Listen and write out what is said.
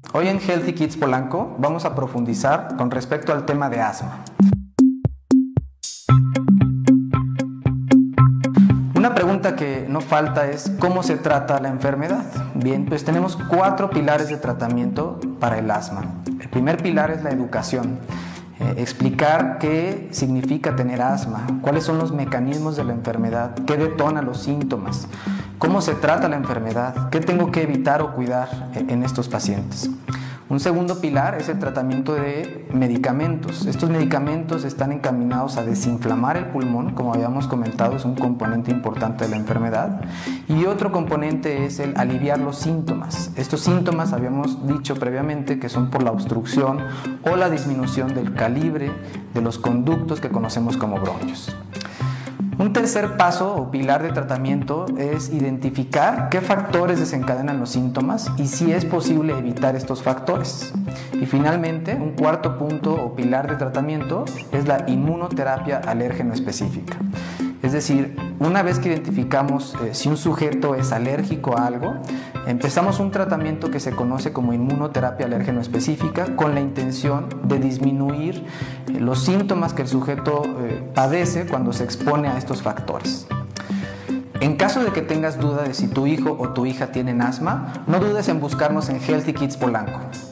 Hoy en Healthy Kids Polanco vamos a profundizar con respecto al tema de asma. Una pregunta que no falta es ¿cómo se trata la enfermedad? Bien, pues tenemos 4 pilares de tratamiento para el asma. El primer pilar es la educación. Explicar qué significa tener asma, cuáles son los mecanismos de la enfermedad, qué detona los síntomas, cómo se trata la enfermedad, qué tengo que evitar o cuidar en estos pacientes. Un segundo pilar es el tratamiento de medicamentos. Estos medicamentos están encaminados a desinflamar el pulmón, como habíamos comentado, es un componente importante de la enfermedad. Y otro componente es el aliviar los síntomas. Estos síntomas habíamos dicho previamente que son por la obstrucción o la disminución del calibre de los conductos que conocemos como bronquios. Un tercer paso o pilar de tratamiento es identificar qué factores desencadenan los síntomas y si es posible evitar estos factores. Y finalmente, un cuarto punto o pilar de tratamiento es la inmunoterapia alérgeno específica. Es decir, una vez que identificamos si un sujeto es alérgico a algo, empezamos un tratamiento que se conoce como inmunoterapia alérgeno específica con la intención de disminuir los síntomas que el sujeto padece cuando se expone a estos factores. En caso de que tengas duda de si tu hijo o tu hija tienen asma, no dudes en buscarnos en Healthy Kids Polanco.